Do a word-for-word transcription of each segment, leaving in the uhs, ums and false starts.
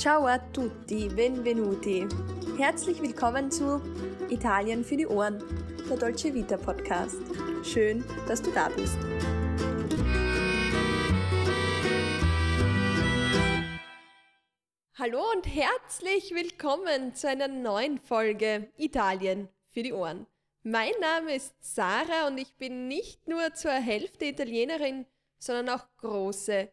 Ciao a tutti, benvenuti. Herzlich willkommen zu Italien für die Ohren, der Dolce Vita Podcast. Schön, dass du da bist. Hallo und herzlich willkommen zu einer neuen Folge Italien für die Ohren. Mein Name ist Sarah und ich bin nicht nur zur Hälfte Italienerin, sondern auch große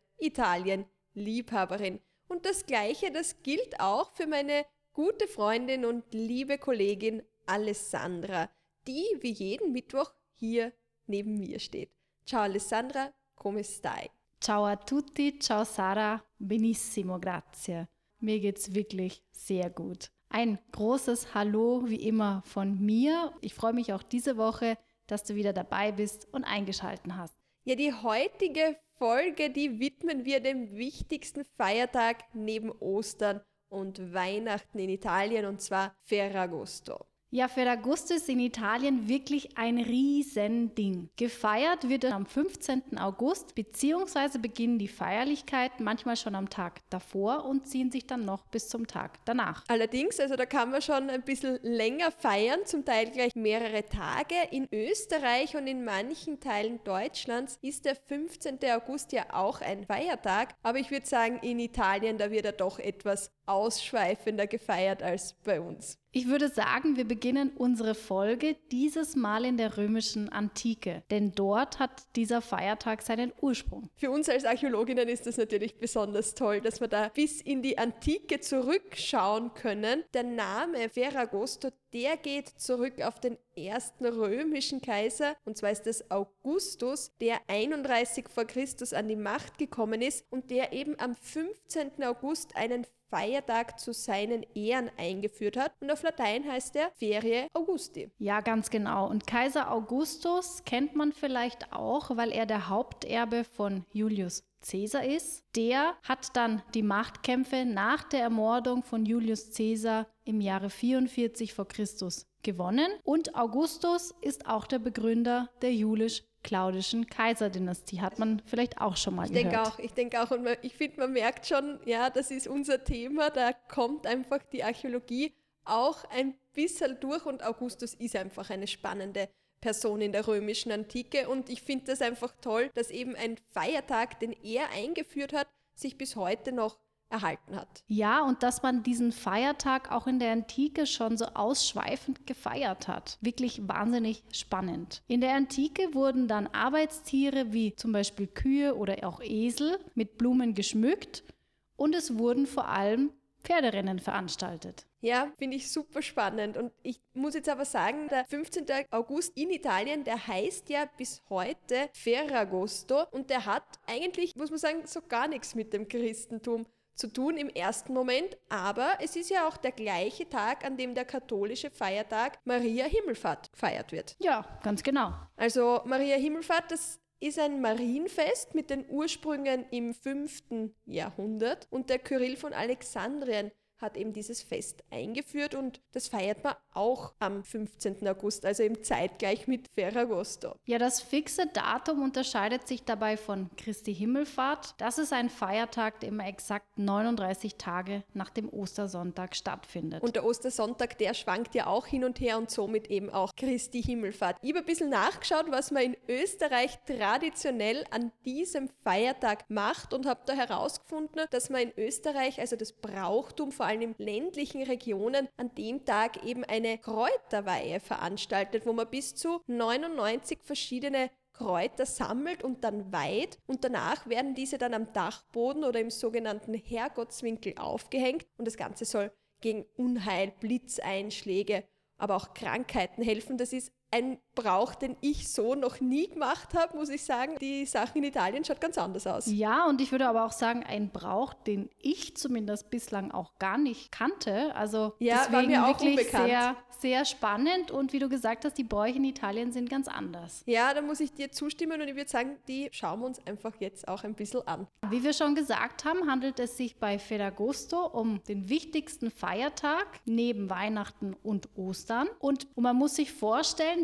Italien-Liebhaberin. Und das Gleiche, das gilt auch für meine gute Freundin und liebe Kollegin Alessandra, die wie jeden Mittwoch hier neben mir steht. Ciao Alessandra, come stai? Ciao a tutti, ciao Sarah, benissimo, grazie. Mir geht's wirklich sehr gut. Ein großes Hallo wie immer von mir. Ich freue mich auch diese Woche, dass du wieder dabei bist und eingeschaltet hast. Ja, die heutige Folge, die widmen wir dem wichtigsten Feiertag neben Ostern und Weihnachten in Italien, und zwar Ferragosto. Ja, Ferragosto ist in Italien wirklich ein Riesending. Gefeiert wird am fünfzehnten August, beziehungsweise beginnen die Feierlichkeiten manchmal schon am Tag davor und ziehen sich dann noch bis zum Tag danach. Allerdings, also da kann man schon ein bisschen länger feiern, zum Teil gleich mehrere Tage. In Österreich und in manchen Teilen Deutschlands ist der fünfzehnten August ja auch ein Feiertag, aber ich würde sagen, in Italien, da wird er doch etwas ausschweifender gefeiert als bei uns. Ich würde sagen, wir beginnen unsere Folge dieses Mal in der römischen Antike, denn dort hat dieser Feiertag seinen Ursprung. Für uns als Archäologinnen ist das natürlich besonders toll, dass wir da bis in die Antike zurückschauen können. Der Name Ferragosto, der geht zurück auf den ersten römischen Kaiser, und zwar ist es Augustus, der einunddreißig vor Christus an die Macht gekommen ist und der eben am fünfzehnten August einen Feiertag zu seinen Ehren eingeführt hat, und auf Latein heißt er Feriae Augusti. Ja, ganz genau. Und Kaiser Augustus kennt man vielleicht auch, weil er der Haupterbe von Julius Caesar ist. Der hat dann die Machtkämpfe nach der Ermordung von Julius Caesar im Jahre vierundvierzig vor Christus gewonnen, und Augustus ist auch der Begründer der julisch-claudischen Kaiserdynastie. Hat man vielleicht auch schon mal ich gehört. Denke auch, ich denke auch, und man, ich finde, man merkt schon, ja, das ist unser Thema, da kommt einfach die Archäologie auch ein bisschen durch, und Augustus ist einfach eine spannende Person in der römischen Antike, und ich finde das einfach toll, dass eben ein Feiertag, den er eingeführt hat, sich bis heute noch erhalten hat. Ja, und dass man diesen Feiertag auch in der Antike schon so ausschweifend gefeiert hat. Wirklich wahnsinnig spannend. In der Antike wurden dann Arbeitstiere wie zum Beispiel Kühe oder auch Esel mit Blumen geschmückt, und es wurden vor allem Pferderennen veranstaltet. Ja, finde ich super spannend, und ich muss jetzt aber sagen, der fünfzehnten August in Italien, der heißt ja bis heute Ferragosto, und der hat eigentlich, muss man sagen, so gar nichts mit dem Christentum zu tun im ersten Moment, aber es ist ja auch der gleiche Tag, an dem der katholische Feiertag Maria Himmelfahrt gefeiert wird. Ja, ganz genau. Also Maria Himmelfahrt, das ist ein Marienfest mit den Ursprüngen im fünften Jahrhundert, und der Kyrill von Alexandrien hat eben dieses Fest eingeführt, und das feiert man auch am fünfzehnten August, also eben zeitgleich mit Ferragosto. Ja, das fixe Datum unterscheidet sich dabei von Christi Himmelfahrt. Das ist ein Feiertag, der immer exakt neununddreißig Tage nach dem Ostersonntag stattfindet. Und der Ostersonntag, der schwankt ja auch hin und her, und somit eben auch Christi Himmelfahrt. Ich habe ein bisschen nachgeschaut, was man in Österreich traditionell an diesem Feiertag macht, und habe da herausgefunden, dass man in Österreich, also das Brauchtum, vor allem in ländlichen Regionen, an dem Tag eben eine Kräuterweihe veranstaltet, wo man bis zu neunundneunzig verschiedene Kräuter sammelt und dann weiht, und danach werden diese dann am Dachboden oder im sogenannten Herrgottswinkel aufgehängt, und das Ganze soll gegen Unheil, Blitzeinschläge, aber auch Krankheiten helfen. Das ist ein Brauch, den ich so noch nie gemacht habe, muss ich sagen. Die Sache in Italien schaut ganz anders aus. Ja, und ich würde aber auch sagen, ein Brauch, den ich zumindest bislang auch gar nicht kannte. Also ja, deswegen war mir auch wirklich unbekannt. sehr, sehr spannend, und wie du gesagt hast, die Bräuche in Italien sind ganz anders. Ja, da muss ich dir zustimmen, und ich würde sagen, die schauen wir uns einfach jetzt auch ein bisschen an. Wie wir schon gesagt haben, handelt es sich bei Ferragosto um den wichtigsten Feiertag neben Weihnachten und Ostern. Und man muss sich vorstellen, beinahe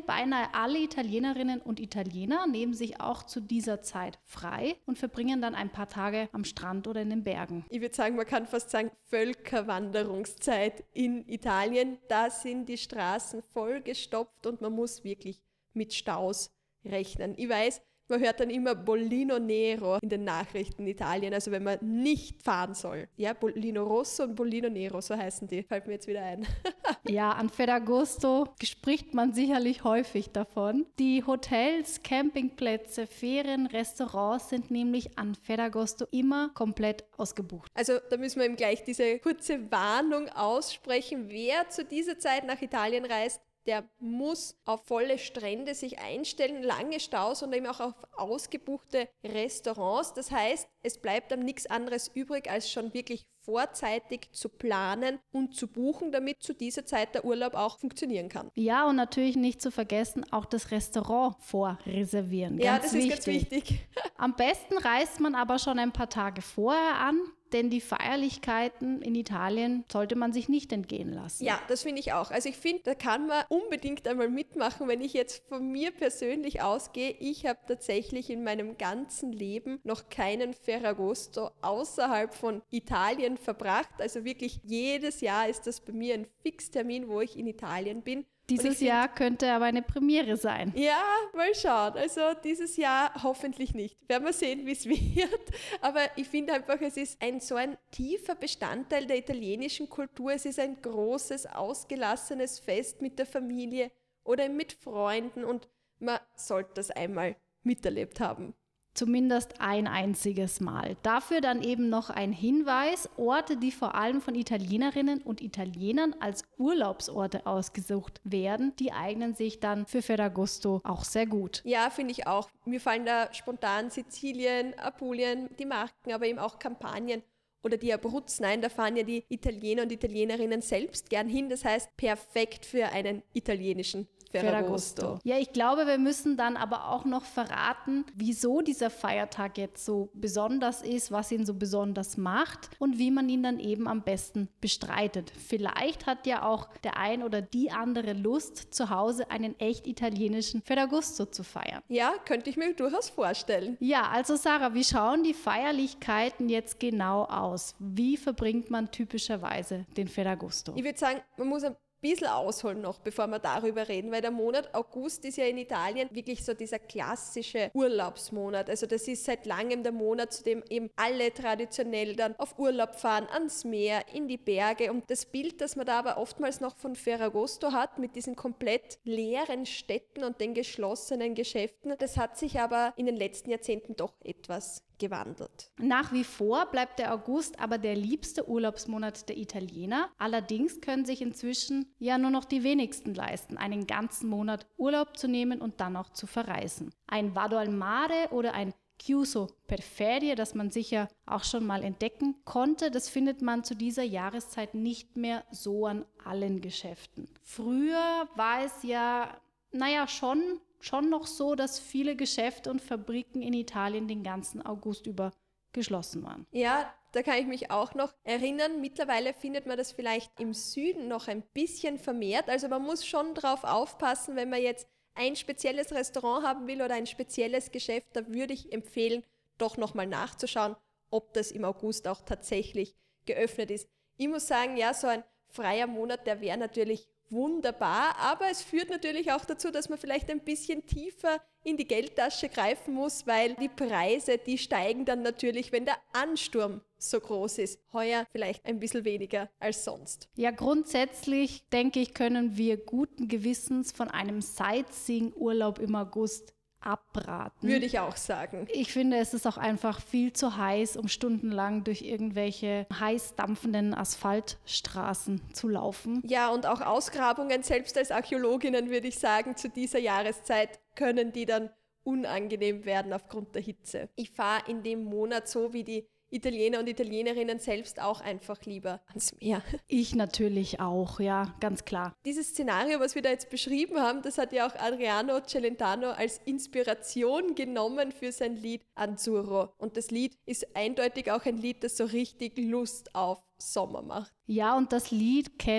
alle Italienerinnen und Italiener nehmen sich auch zu dieser Zeit frei und verbringen dann ein paar Tage am Strand oder in den Bergen. Ich würde sagen, man kann fast sagen Völkerwanderungszeit in Italien. Da sind die Straßen vollgestopft und man muss wirklich mit Staus rechnen. Ich weiß, man hört dann immer Bollino Nero in den Nachrichten in Italien, also wenn man nicht fahren soll. Ja, Bollino Rosso und Bollino Nero, so heißen die. Fällt mir jetzt wieder ein. Ja, an Ferragosto spricht man sicherlich häufig davon. Die Hotels, Campingplätze, Ferien, Restaurants sind nämlich an Ferragosto immer komplett ausgebucht. Also da müssen wir eben gleich diese kurze Warnung aussprechen. Wer zu dieser Zeit nach Italien reist, der muss auf volle Strände sich einstellen, lange Staus und eben auch auf ausgebuchte Restaurants. Das heißt, es bleibt dann nichts anderes übrig, als schon wirklich vorzeitig zu planen und zu buchen, damit zu dieser Zeit der Urlaub auch funktionieren kann. Ja, und natürlich nicht zu vergessen, auch das Restaurant vorreservieren. Ja, ganz das wichtig. ist ganz wichtig. Am besten reist man aber schon ein paar Tage vorher an, denn die Feierlichkeiten in Italien sollte man sich nicht entgehen lassen. Ja, das finde ich auch. Also ich finde, da kann man unbedingt einmal mitmachen, wenn ich jetzt von mir persönlich ausgehe. Ich habe tatsächlich in meinem ganzen Leben noch keinen Ferragosto außerhalb von Italien verbracht. Also wirklich jedes Jahr ist das bei mir ein Fixtermin, wo ich in Italien bin. Dieses find, Jahr könnte aber eine Premiere sein. Ja, mal schauen. Also dieses Jahr hoffentlich nicht. Werden wir sehen, wie es wird. Aber ich finde einfach, es ist ein so ein tiefer Bestandteil der italienischen Kultur. Es ist ein großes, ausgelassenes Fest mit der Familie oder mit Freunden und man sollte das einmal miterlebt haben. Zumindest ein einziges Mal. Dafür dann eben noch ein Hinweis: Orte, die vor allem von Italienerinnen und Italienern als Urlaubsorte ausgesucht werden, die eignen sich dann für Ferragosto auch sehr gut. Ja, finde ich auch. Mir fallen da spontan Sizilien, Apulien, die Marken, aber eben auch Kampanien oder die Abruzzen ein. Da fahren ja die Italiener und Italienerinnen selbst gern hin. Das heißt, perfekt für einen italienischen Ferragosto. Ferragosto. Ja, ich glaube, wir müssen dann aber auch noch verraten, wieso dieser Feiertag jetzt so besonders ist, was ihn so besonders macht und wie man ihn dann eben am besten bestreitet. Vielleicht hat ja auch der ein oder die andere Lust, zu Hause einen echt italienischen Ferragosto zu feiern. Ja, könnte ich mir durchaus vorstellen. Ja, also Sarah, wie schauen die Feierlichkeiten jetzt genau aus? Wie verbringt man typischerweise den Ferragosto? Ich würde sagen, man muss ein bisschen ausholen noch, bevor wir darüber reden, weil der Monat August ist ja in Italien wirklich so dieser klassische Urlaubsmonat. Also das ist seit langem der Monat, zu dem eben alle traditionell dann auf Urlaub fahren, ans Meer, in die Berge. Und das Bild, das man da aber oftmals noch von Ferragosto hat, mit diesen komplett leeren Städten und den geschlossenen Geschäften, das hat sich aber in den letzten Jahrzehnten doch etwas gewandelt. Nach wie vor bleibt der August aber der liebste Urlaubsmonat der Italiener. Allerdings können sich inzwischen ja nur noch die wenigsten leisten, einen ganzen Monat Urlaub zu nehmen und dann auch zu verreisen. Ein Vado al Mare oder ein Chiuso per Ferie, das man sicher auch schon mal entdecken konnte, das findet man zu dieser Jahreszeit nicht mehr so an allen Geschäften. Früher war es ja, naja, schon schon noch so, dass viele Geschäfte und Fabriken in Italien den ganzen August über geschlossen waren. Ja, da kann ich mich auch noch erinnern. Mittlerweile findet man das vielleicht im Süden noch ein bisschen vermehrt. Also man muss schon drauf aufpassen, wenn man jetzt ein spezielles Restaurant haben will oder ein spezielles Geschäft, da würde ich empfehlen, doch nochmal nachzuschauen, ob das im August auch tatsächlich geöffnet ist. Ich muss sagen, ja, so ein freier Monat, der wäre natürlich wunderbar, aber es führt natürlich auch dazu, dass man vielleicht ein bisschen tiefer in die Geldtasche greifen muss, weil die Preise, die steigen dann natürlich, wenn der Ansturm so groß ist. Heuer vielleicht ein bisschen weniger als sonst. Ja, grundsätzlich denke ich, können wir guten Gewissens von einem Sightseeing-Urlaub im August abraten. Würde ich auch sagen. Ich finde, es ist auch einfach viel zu heiß, um stundenlang durch irgendwelche heiß dampfenden Asphaltstraßen zu laufen. Ja, und auch Ausgrabungen, selbst als Archäologinnen würde ich sagen, zu dieser Jahreszeit können die dann unangenehm werden aufgrund der Hitze. Ich fahre in dem Monat so wie die Italiener und Italienerinnen selbst auch einfach lieber ans Meer. Ich natürlich auch, ja, ganz klar. Dieses Szenario, was wir da jetzt beschrieben haben, das hat ja auch Adriano Celentano als Inspiration genommen für sein Lied Azzurro. Und das Lied ist eindeutig auch ein Lied, das so richtig Lust auf Sommer macht. Ja, und das Lied kennt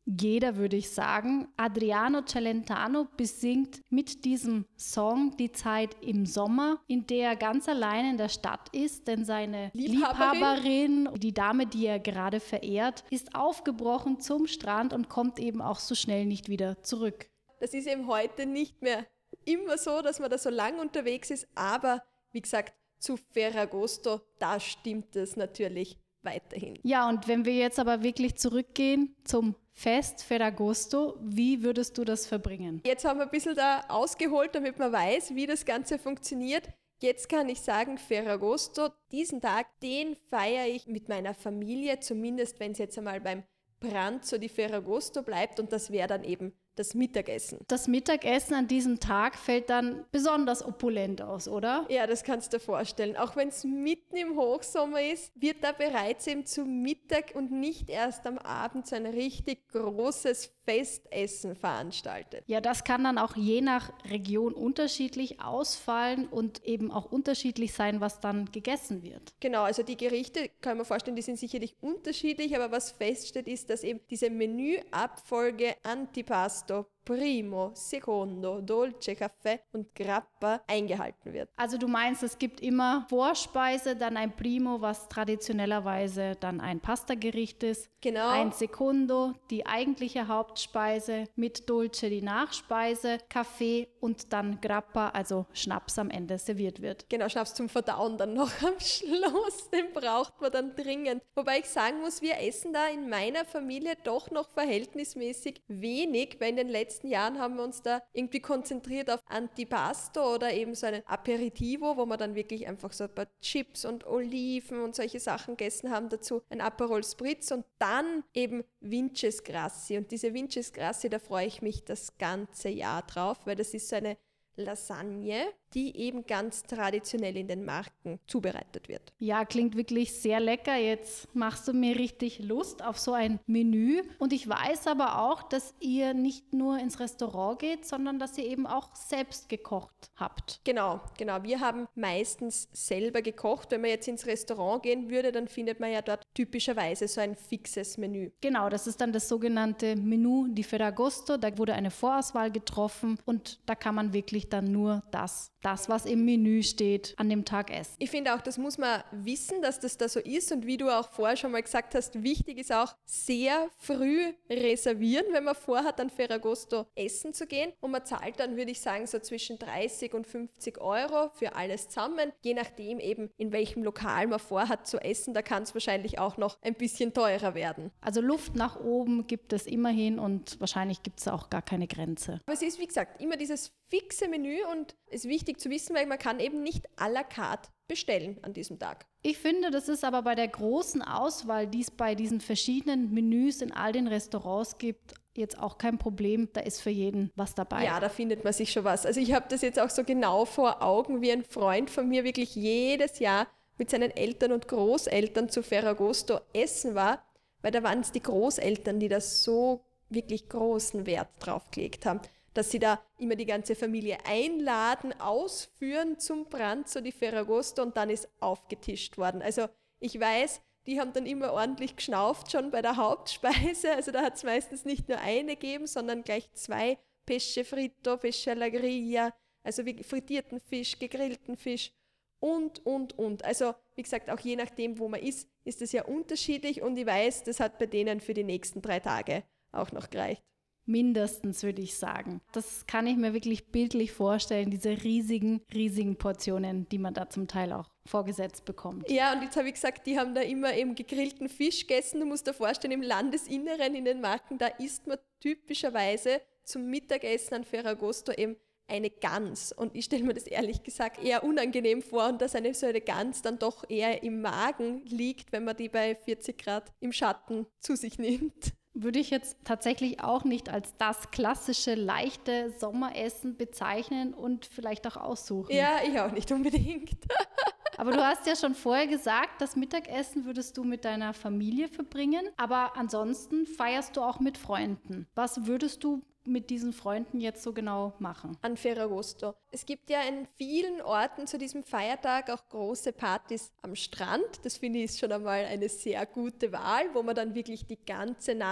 jeder, würde ich sagen. Adriano Celentano besingt mit diesem Song die Zeit im Sommer, in der er ganz allein in der Stadt ist, denn seine Liebhaberin, Liebhaberin, die Dame, die er gerade verehrt, ist aufgebrochen zum Strand und kommt eben auch so schnell nicht wieder zurück. Das ist eben heute nicht mehr immer so, dass man da so lang unterwegs ist, aber wie gesagt, zu Ferragosto, da stimmt es natürlich weiterhin. Ja, und wenn wir jetzt aber wirklich zurückgehen zum Fest Ferragosto, wie würdest du das verbringen? Jetzt haben wir ein bisschen da ausgeholt, damit man weiß, wie das Ganze funktioniert. Jetzt kann ich sagen, Ferragosto, diesen Tag, den feiere ich mit meiner Familie, zumindest wenn es jetzt einmal beim Pranzo di Ferragosto bleibt, und das wäre dann eben das Mittagessen. Das Mittagessen an diesem Tag fällt dann besonders opulent aus, oder? Ja, das kannst du dir vorstellen. Auch wenn es mitten im Hochsommer ist, wird da bereits eben zu Mittag und nicht erst am Abend so ein richtig großes Festessen veranstaltet. Ja, das kann dann auch je nach Region unterschiedlich ausfallen und eben auch unterschiedlich sein, was dann gegessen wird. Genau, also die Gerichte, kann man vorstellen, die sind sicherlich unterschiedlich, aber was feststeht, ist, dass eben diese Menüabfolge Antipasto, Primo, Secondo, Dolce, Kaffee und Grappa eingehalten wird. Also du meinst, es gibt immer Vorspeise, dann ein Primo, was traditionellerweise dann ein Pastagericht ist. Genau. Ein Secondo, die eigentliche Hauptspeise, mit Dolce die Nachspeise, Kaffee und dann Grappa, also Schnaps am Ende serviert wird. Genau, Schnaps zum Verdauen dann noch am Schluss, den braucht man dann dringend. Wobei ich sagen muss, wir essen da in meiner Familie doch noch verhältnismäßig wenig, weil in den letzten Jahren haben wir uns da irgendwie konzentriert auf Antipasto oder eben so ein Aperitivo, wo wir dann wirklich einfach so ein paar Chips und Oliven und solche Sachen gegessen haben, dazu ein Aperol Spritz und dann eben Vinces Grassi. Und diese Vinces Grassi, da freue ich mich das ganze Jahr drauf, weil das ist so eine Lasagne, die eben ganz traditionell in den Marken zubereitet wird. Ja, klingt wirklich sehr lecker. Jetzt machst du mir richtig Lust auf so ein Menü. Und ich weiß aber auch, dass ihr nicht nur ins Restaurant geht, sondern dass ihr eben auch selbst gekocht habt. Genau, genau. Wir haben meistens selber gekocht. Wenn man jetzt ins Restaurant gehen würde, dann findet man ja dort typischerweise so ein fixes Menü. Genau, das ist dann das sogenannte Menü di Ferragosto. Da wurde eine Vorauswahl getroffen und da kann man wirklich dann nur das, das, was im Menü steht, an dem Tag essen. Ich finde auch, das muss man wissen, dass das da so ist, und wie du auch vorher schon mal gesagt hast, wichtig ist auch sehr früh reservieren, wenn man vorhat, an Ferragosto essen zu gehen, und man zahlt dann, würde ich sagen, so zwischen dreißig und fünfzig Euro für alles zusammen, je nachdem eben, in welchem Lokal man vorhat zu essen, da kann es wahrscheinlich auch noch ein bisschen teurer werden. Also Luft nach oben gibt es immerhin und wahrscheinlich gibt es auch gar keine Grenze. Aber es ist, wie gesagt, immer dieses fixe Menü, und es ist wichtig zu wissen, weil man kann eben nicht à la carte bestellen an diesem Tag. Ich finde, das ist aber bei der großen Auswahl, die es bei diesen verschiedenen Menüs in all den Restaurants gibt, jetzt auch kein Problem. Da ist für jeden was dabei. Ja, da findet man sich schon was. Also ich habe das jetzt auch so genau vor Augen, wie ein Freund von mir wirklich jedes Jahr mit seinen Eltern und Großeltern zu Ferragosto essen war, weil da waren es die Großeltern, die da so wirklich großen Wert drauf gelegt haben, dass sie da immer die ganze Familie einladen, ausführen zum Pranzo di Ferragosto, und dann ist aufgetischt worden. Also ich weiß, die haben dann immer ordentlich geschnauft schon bei der Hauptspeise. Also da hat es meistens nicht nur eine gegeben, sondern gleich zwei: Pesce fritto, Pesce alla griglia, also wie frittierten Fisch, gegrillten Fisch und, und, und. Also wie gesagt, auch je nachdem, wo man ist, ist es ja unterschiedlich, und ich weiß, das hat bei denen für die nächsten drei Tage auch noch gereicht. Mindestens, würde ich sagen. Das kann ich mir wirklich bildlich vorstellen, diese riesigen, riesigen Portionen, die man da zum Teil auch vorgesetzt bekommt. Ja, und jetzt habe ich gesagt, die haben da immer eben gegrillten Fisch gegessen. Du musst dir vorstellen, im Landesinneren, in den Marken, da isst man typischerweise zum Mittagessen an Ferragosto eben eine Gans. Und ich stelle mir das ehrlich gesagt eher unangenehm vor, und dass eine so eine Gans dann doch eher im Magen liegt, wenn man die bei vierzig Grad im Schatten zu sich nimmt. Würde ich jetzt tatsächlich auch nicht als das klassische, leichte Sommeressen bezeichnen und vielleicht auch aussuchen. Ja, ich auch nicht unbedingt. Aber du hast ja schon vorher gesagt, das Mittagessen würdest du mit deiner Familie verbringen, aber ansonsten feierst du auch mit Freunden. Was würdest du mit diesen Freunden jetzt so genau machen? An Ferragosto. Es gibt ja in vielen Orten zu diesem Feiertag auch große Partys am Strand. Das finde ich ist schon einmal eine sehr gute Wahl, wo man dann wirklich die ganze Nacht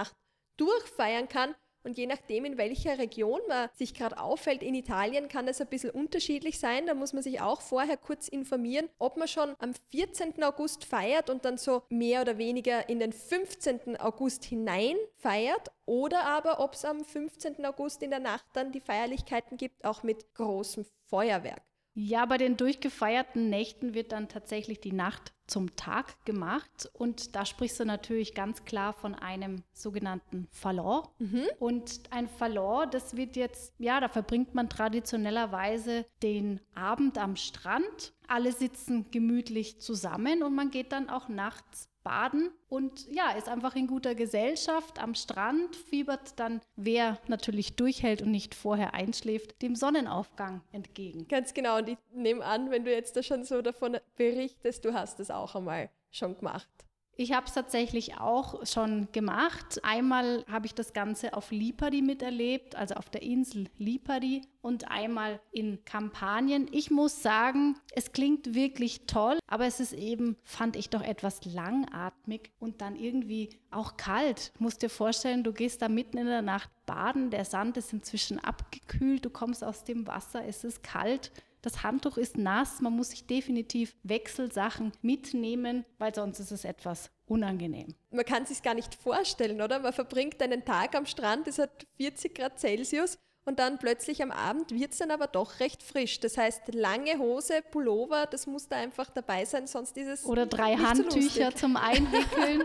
durchfeiern kann. Und je nachdem, in welcher Region man sich gerade aufhält, in Italien kann das ein bisschen unterschiedlich sein. Da muss man sich auch vorher kurz informieren, ob man schon am vierzehnten August feiert und dann so mehr oder weniger in den fünfzehnten August hinein feiert oder aber ob es am fünfzehnten August in der Nacht dann die Feierlichkeiten gibt, auch mit großem Feuerwerk. Ja, bei den durchgefeierten Nächten wird dann tatsächlich die Nacht zum Tag gemacht und da sprichst du natürlich ganz klar von einem sogenannten Falò. Mhm. Und ein Falò, das wird jetzt, ja, da verbringt man traditionellerweise den Abend am Strand. Alle sitzen gemütlich zusammen und man geht dann auch nachts baden und ja, ist einfach in guter Gesellschaft am Strand, fiebert dann, wer natürlich durchhält und nicht vorher einschläft, dem Sonnenaufgang entgegen. Ganz genau, und ich nehme an, wenn du jetzt da schon so davon berichtest, du hast das auch einmal schon gemacht. Ich habe es tatsächlich auch schon gemacht. Einmal habe ich das Ganze auf Lipari miterlebt, also auf der Insel Lipari und einmal in Kampanien. Ich muss sagen, es klingt wirklich toll, aber es ist eben, fand ich doch etwas langatmig und dann irgendwie auch kalt. Du musst dir vorstellen, du gehst da mitten in der Nacht baden, der Sand ist inzwischen abgekühlt, du kommst aus dem Wasser, es ist kalt. Das Handtuch ist nass, man muss sich definitiv Wechselsachen mitnehmen, weil sonst ist es etwas unangenehm. Man kann es sich gar nicht vorstellen, oder? Man verbringt einen Tag am Strand, es hat vierzig Grad Celsius und dann plötzlich am Abend wird es dann aber doch recht frisch. Das heißt, lange Hose, Pullover, das muss da einfach dabei sein, sonst ist es Oder drei nicht Handtücher so zum Einwickeln.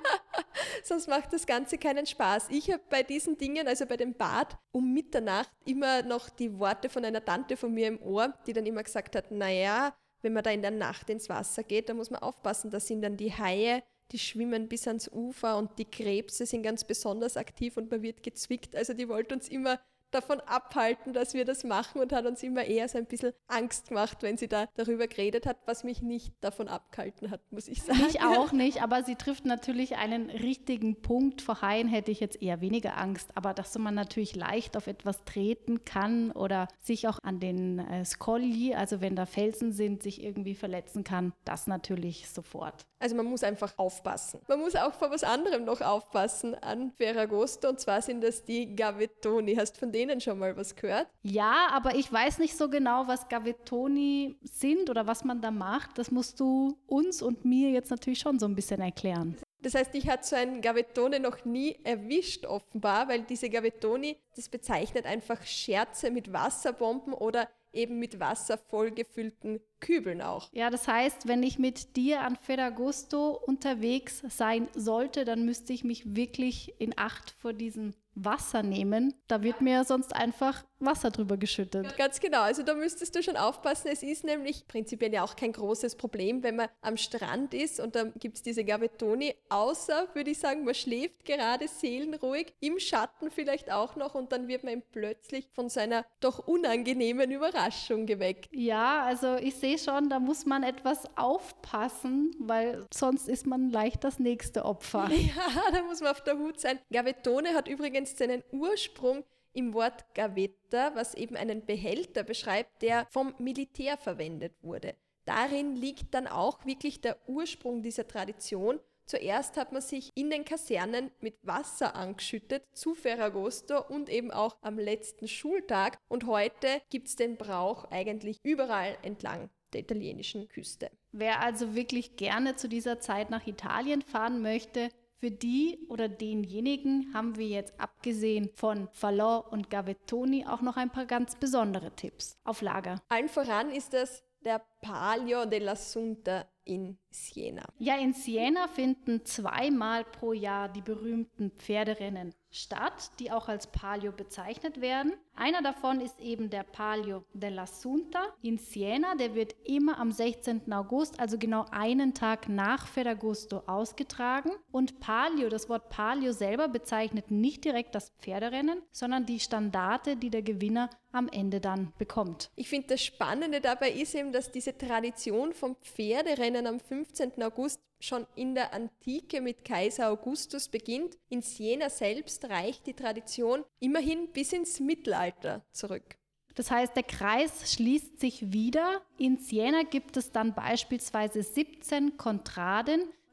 Sonst macht das Ganze keinen Spaß. Ich habe bei diesen Dingen, also bei dem Bad um Mitternacht, immer noch die Worte von einer Tante von mir im Ohr, die dann immer gesagt hat, naja, wenn man da in der Nacht ins Wasser geht, dann muss man aufpassen, da sind dann die Haie, die schwimmen bis ans Ufer und die Krebse sind ganz besonders aktiv und man wird gezwickt. Also die wollte uns immer davon abhalten, dass wir das machen und hat uns immer eher so ein bisschen Angst gemacht, wenn sie da darüber geredet hat, was mich nicht davon abgehalten hat, muss ich sagen. Ich auch nicht, aber sie trifft natürlich einen richtigen Punkt. Vor Haien hätte ich jetzt eher weniger Angst, aber dass man natürlich leicht auf etwas treten kann oder sich auch an den äh, Scogli, also wenn da Felsen sind, sich irgendwie verletzen kann, das natürlich sofort. Also man muss einfach aufpassen. Man muss auch vor was anderem noch aufpassen an Ferragosto und zwar sind das die Gavettoni. Hast du von denen schon mal was gehört? Ja, aber ich weiß nicht so genau, was Gavettoni sind oder was man da macht. Das musst du uns und mir jetzt natürlich schon so ein bisschen erklären. Das heißt, ich hatte so ein Gavettone noch nie erwischt offenbar, weil diese Gavettoni, das bezeichnet einfach Scherze mit Wasserbomben oder eben mit Wasser vollgefüllten Kübeln auch. Ja, das heißt, wenn ich mit dir an Ferragosto unterwegs sein sollte, dann müsste ich mich wirklich in Acht vor diesem Wasser nehmen. Da wird mir sonst einfach Wasser drüber geschüttet. Ganz genau, also da müsstest du schon aufpassen. Es ist nämlich prinzipiell ja auch kein großes Problem, wenn man am Strand ist und dann gibt es diese Gavettoni, außer, würde ich sagen, man schläft gerade seelenruhig, im Schatten vielleicht auch noch und dann wird man plötzlich von seiner doch unangenehmen Überraschung geweckt. Ja, also ich sehe schon, da muss man etwas aufpassen, weil sonst ist man leicht das nächste Opfer. Ja, da muss man auf der Hut sein. Gavettone hat übrigens seinen Ursprung im Wort Gavetta, was eben einen Behälter beschreibt, der vom Militär verwendet wurde. Darin liegt dann auch wirklich der Ursprung dieser Tradition. Zuerst hat man sich in den Kasernen mit Wasser angeschüttet zu Ferragosto und eben auch am letzten Schultag. Und heute gibt es den Brauch eigentlich überall entlang der italienischen Küste. Wer also wirklich gerne zu dieser Zeit nach Italien fahren möchte, für die oder denjenigen haben wir jetzt abgesehen von Falò und Gavettoni auch noch ein paar ganz besondere Tipps auf Lager. Allen voran ist das der Palio dell'Assunta in Siena. Ja, in Siena finden zweimal pro Jahr die berühmten Pferderennen statt, die auch als Palio bezeichnet werden. Einer davon ist eben der Palio dell'Assunta in Siena. Der wird immer am sechzehnten August, also genau einen Tag nach Ferragosto, ausgetragen. Und Palio, das Wort Palio selber bezeichnet nicht direkt das Pferderennen, sondern die Standarte, die der Gewinner am Ende dann bekommt. Ich finde, das Spannende dabei ist eben, dass diese Tradition vom Pferderennen am fünfzehnten August schon in der Antike mit Kaiser Augustus beginnt. In Siena selbst reicht die Tradition immerhin bis ins Mittelalter zurück. Das heißt, der Kreis schließt sich wieder. In Siena gibt es dann beispielsweise siebzehn Contraden.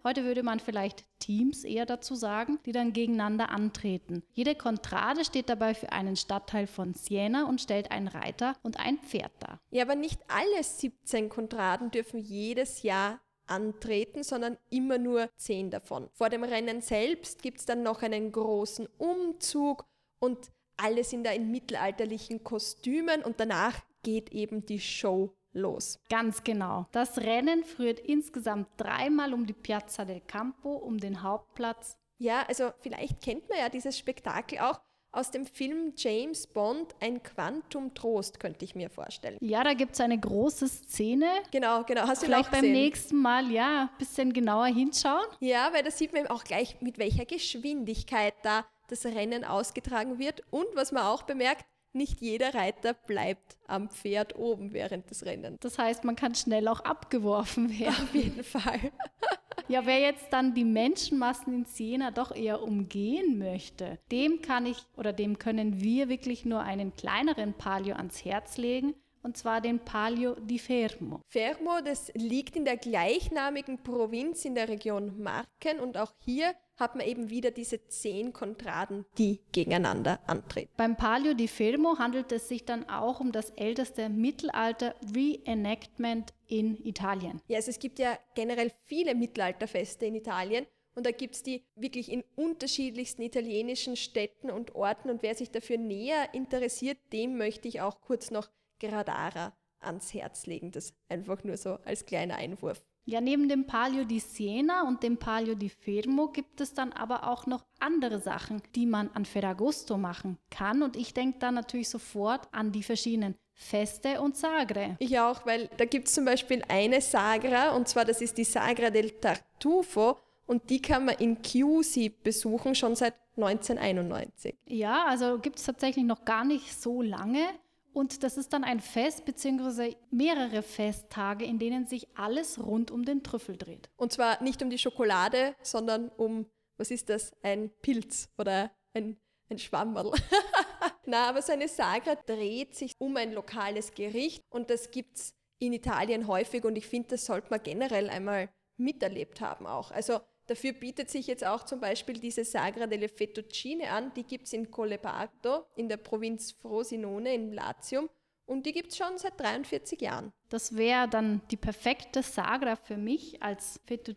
Heute würde man vielleicht Teams eher dazu sagen, die dann gegeneinander antreten. Jede Contrade steht dabei für einen Stadtteil von Siena und stellt einen Reiter und ein Pferd dar. Ja, aber nicht alle siebzehn Contraden dürfen jedes Jahr antreten, sondern immer nur zehn davon. Vor dem Rennen selbst gibt es dann noch einen großen Umzug und alle sind da in mittelalterlichen Kostümen und danach geht eben die Show los. Ganz genau. Das Rennen führt insgesamt dreimal um die Piazza del Campo, um den Hauptplatz. Ja, also vielleicht kennt man ja dieses Spektakel auch aus dem Film James Bond, ein Quantum Trost, könnte ich mir vorstellen. Ja, da gibt es eine große Szene. Genau, genau. Hast du ihn Vielleicht auch beim gesehen? nächsten Mal, ja, ein bisschen genauer hinschauen. Ja, weil da sieht man eben auch gleich, mit welcher Geschwindigkeit da das Rennen ausgetragen wird. Und was man auch bemerkt, nicht jeder Reiter bleibt am Pferd oben während des Rennens. Das heißt, man kann schnell auch abgeworfen werden. Auf jeden Fall. Ja, wer jetzt dann die Menschenmassen in Siena doch eher umgehen möchte, dem kann ich oder dem können wir wirklich nur einen kleineren Palio ans Herz legen, und zwar den Palio di Fermo. Fermo, das liegt in der gleichnamigen Provinz in der Region Marken und auch hier hat man eben wieder diese zehn Kontraden, die gegeneinander antreten. Beim Palio di Fermo handelt es sich dann auch um das älteste Mittelalter-Reenactment in Italien. Ja, also es gibt ja generell viele Mittelalterfeste in Italien und da gibt es die wirklich in unterschiedlichsten italienischen Städten und Orten und wer sich dafür näher interessiert, dem möchte ich auch kurz noch Gradara ans Herz legen. Das einfach nur so als kleiner Einwurf. Ja, neben dem Palio di Siena und dem Palio di Fermo gibt es dann aber auch noch andere Sachen, die man an Ferragosto machen kann. Und ich denke da natürlich sofort an die verschiedenen Feste und Sagre. Ich auch, weil da gibt es zum Beispiel eine Sagra, und zwar das ist die Sagra del Tartufo und die kann man in Chiusi besuchen, schon seit neunzehnhunderteinundneunzig. Ja, also gibt es tatsächlich noch gar nicht so lange. Und das ist dann ein Fest bzw. mehrere Festtage, in denen sich alles rund um den Trüffel dreht. Und zwar nicht um die Schokolade, sondern um, was ist das, ein Pilz oder ein, ein Schwammerl. Na, aber so eine Sagra dreht sich um ein lokales Gericht und das gibt es in Italien häufig und ich finde, das sollte man generell einmal miterlebt haben auch. Also dafür bietet sich jetzt auch zum Beispiel diese Sagra delle Fettuccine an. Die gibt es in Collepardo in der Provinz Frosinone in Latium und die gibt es schon seit dreiundvierzig Jahren. Das wäre dann die perfekte Sagra für mich als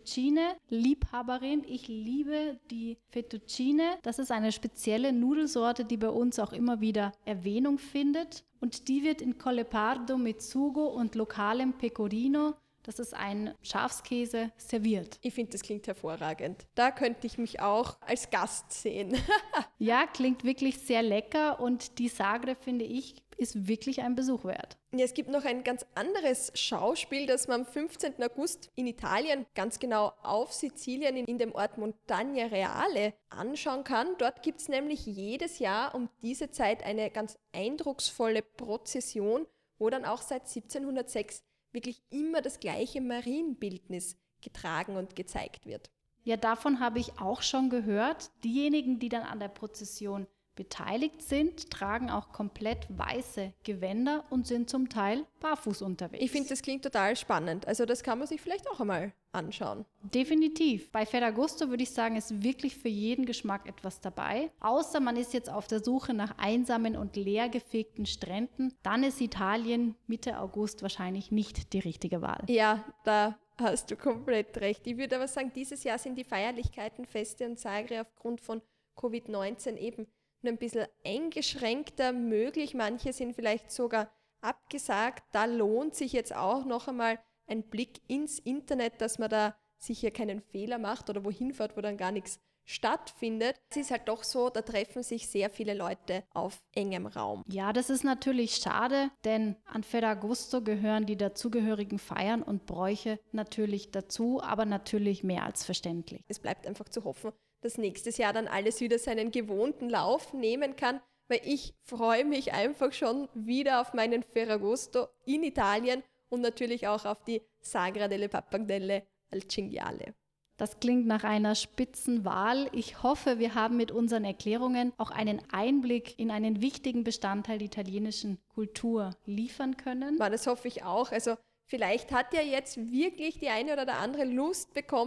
Fettuccine-Liebhaberin. Ich liebe die Fettuccine. Das ist eine spezielle Nudelsorte, die bei uns auch immer wieder Erwähnung findet. Und die wird in Collepardo mit Sugo und lokalem Pecorino, das ist ein Schafskäse, serviert. Ich finde, das klingt hervorragend. Da könnte ich mich auch als Gast sehen. Ja, klingt wirklich sehr lecker und die Sagre, finde ich, ist wirklich ein Besuch wert. Ja, es gibt noch ein ganz anderes Schauspiel, das man am fünfzehnten August in Italien, ganz genau auf Sizilien, in, in dem Ort Montagna Reale anschauen kann. Dort gibt es nämlich jedes Jahr um diese Zeit eine ganz eindrucksvolle Prozession, wo dann auch seit siebzehnhundertsechs wirklich immer das gleiche Marienbildnis getragen und gezeigt wird. Ja, davon habe ich auch schon gehört. Diejenigen, die dann an der Prozession beteiligt sind, tragen auch komplett weiße Gewänder und sind zum Teil barfuß unterwegs. Ich finde, das klingt total spannend. Also das kann man sich vielleicht auch einmal anschauen. Definitiv. Bei Ferragosto würde ich sagen, ist wirklich für jeden Geschmack etwas dabei. Außer man ist jetzt auf der Suche nach einsamen und leergefegten Stränden, dann ist Italien Mitte August wahrscheinlich nicht die richtige Wahl. Ja, da hast du komplett recht. Ich würde aber sagen, dieses Jahr sind die Feierlichkeiten, Feste und Sagre aufgrund von Covid neunzehn eben nur ein bisschen eingeschränkter möglich. Manche sind vielleicht sogar abgesagt. Da lohnt sich jetzt auch noch einmal ein Blick ins Internet, dass man da sicher keinen Fehler macht oder wohin fährt, wo dann gar nichts stattfindet. Es ist halt doch so, da treffen sich sehr viele Leute auf engem Raum. Ja, das ist natürlich schade, denn an Ferragosto gehören die dazugehörigen Feiern und Bräuche natürlich dazu, aber natürlich mehr als verständlich. Es bleibt einfach zu hoffen, dass nächstes Jahr dann alles wieder seinen gewohnten Lauf nehmen kann, weil ich freue mich einfach schon wieder auf meinen Ferragosto in Italien und natürlich auch auf die Sagra delle Pappardelle al Cinghiale. Das klingt nach einer Spitzenwahl. Ich hoffe, wir haben mit unseren Erklärungen auch einen Einblick in einen wichtigen Bestandteil der italienischen Kultur liefern können. Ja, das hoffe ich auch. Also vielleicht hat ja jetzt wirklich die eine oder der andere Lust bekommen,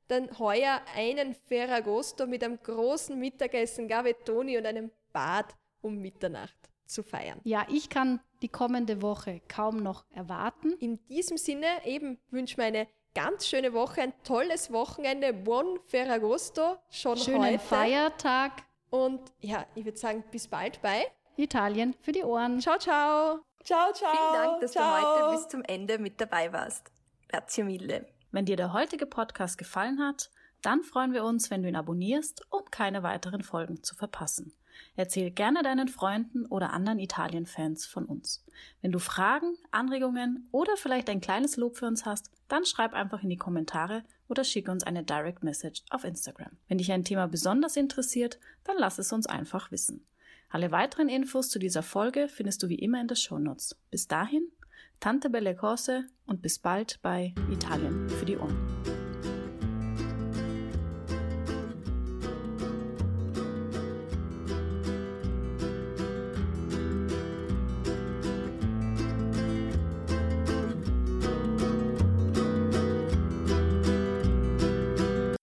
dann heuer einen Ferragosto mit einem großen Mittagessen Gavettoni und einem Bad um Mitternacht zu feiern. Ja, ich kann die kommende Woche kaum noch erwarten. In diesem Sinne eben wünsche ich mir eine ganz schöne Woche, ein tolles Wochenende. Buon Ferragosto schon Schönen heute. Feiertag. Und ja, ich würde sagen, bis bald bei Italien für die Ohren. Ciao, ciao. Ciao, ciao. Vielen Dank, dass ciao. du heute bis zum Ende mit dabei warst. Grazie mille. Wenn dir der heutige Podcast gefallen hat, dann freuen wir uns, wenn du ihn abonnierst, um keine weiteren Folgen zu verpassen. Erzähl gerne deinen Freunden oder anderen Italien-Fans von uns. Wenn du Fragen, Anregungen oder vielleicht ein kleines Lob für uns hast, dann schreib einfach in die Kommentare oder schick uns eine Direct Message auf Instagram. Wenn dich ein Thema besonders interessiert, dann lass es uns einfach wissen. Alle weiteren Infos zu dieser Folge findest du wie immer in den Shownotes. Bis dahin, tante belle cose und bis bald bei Italien für die Ohren.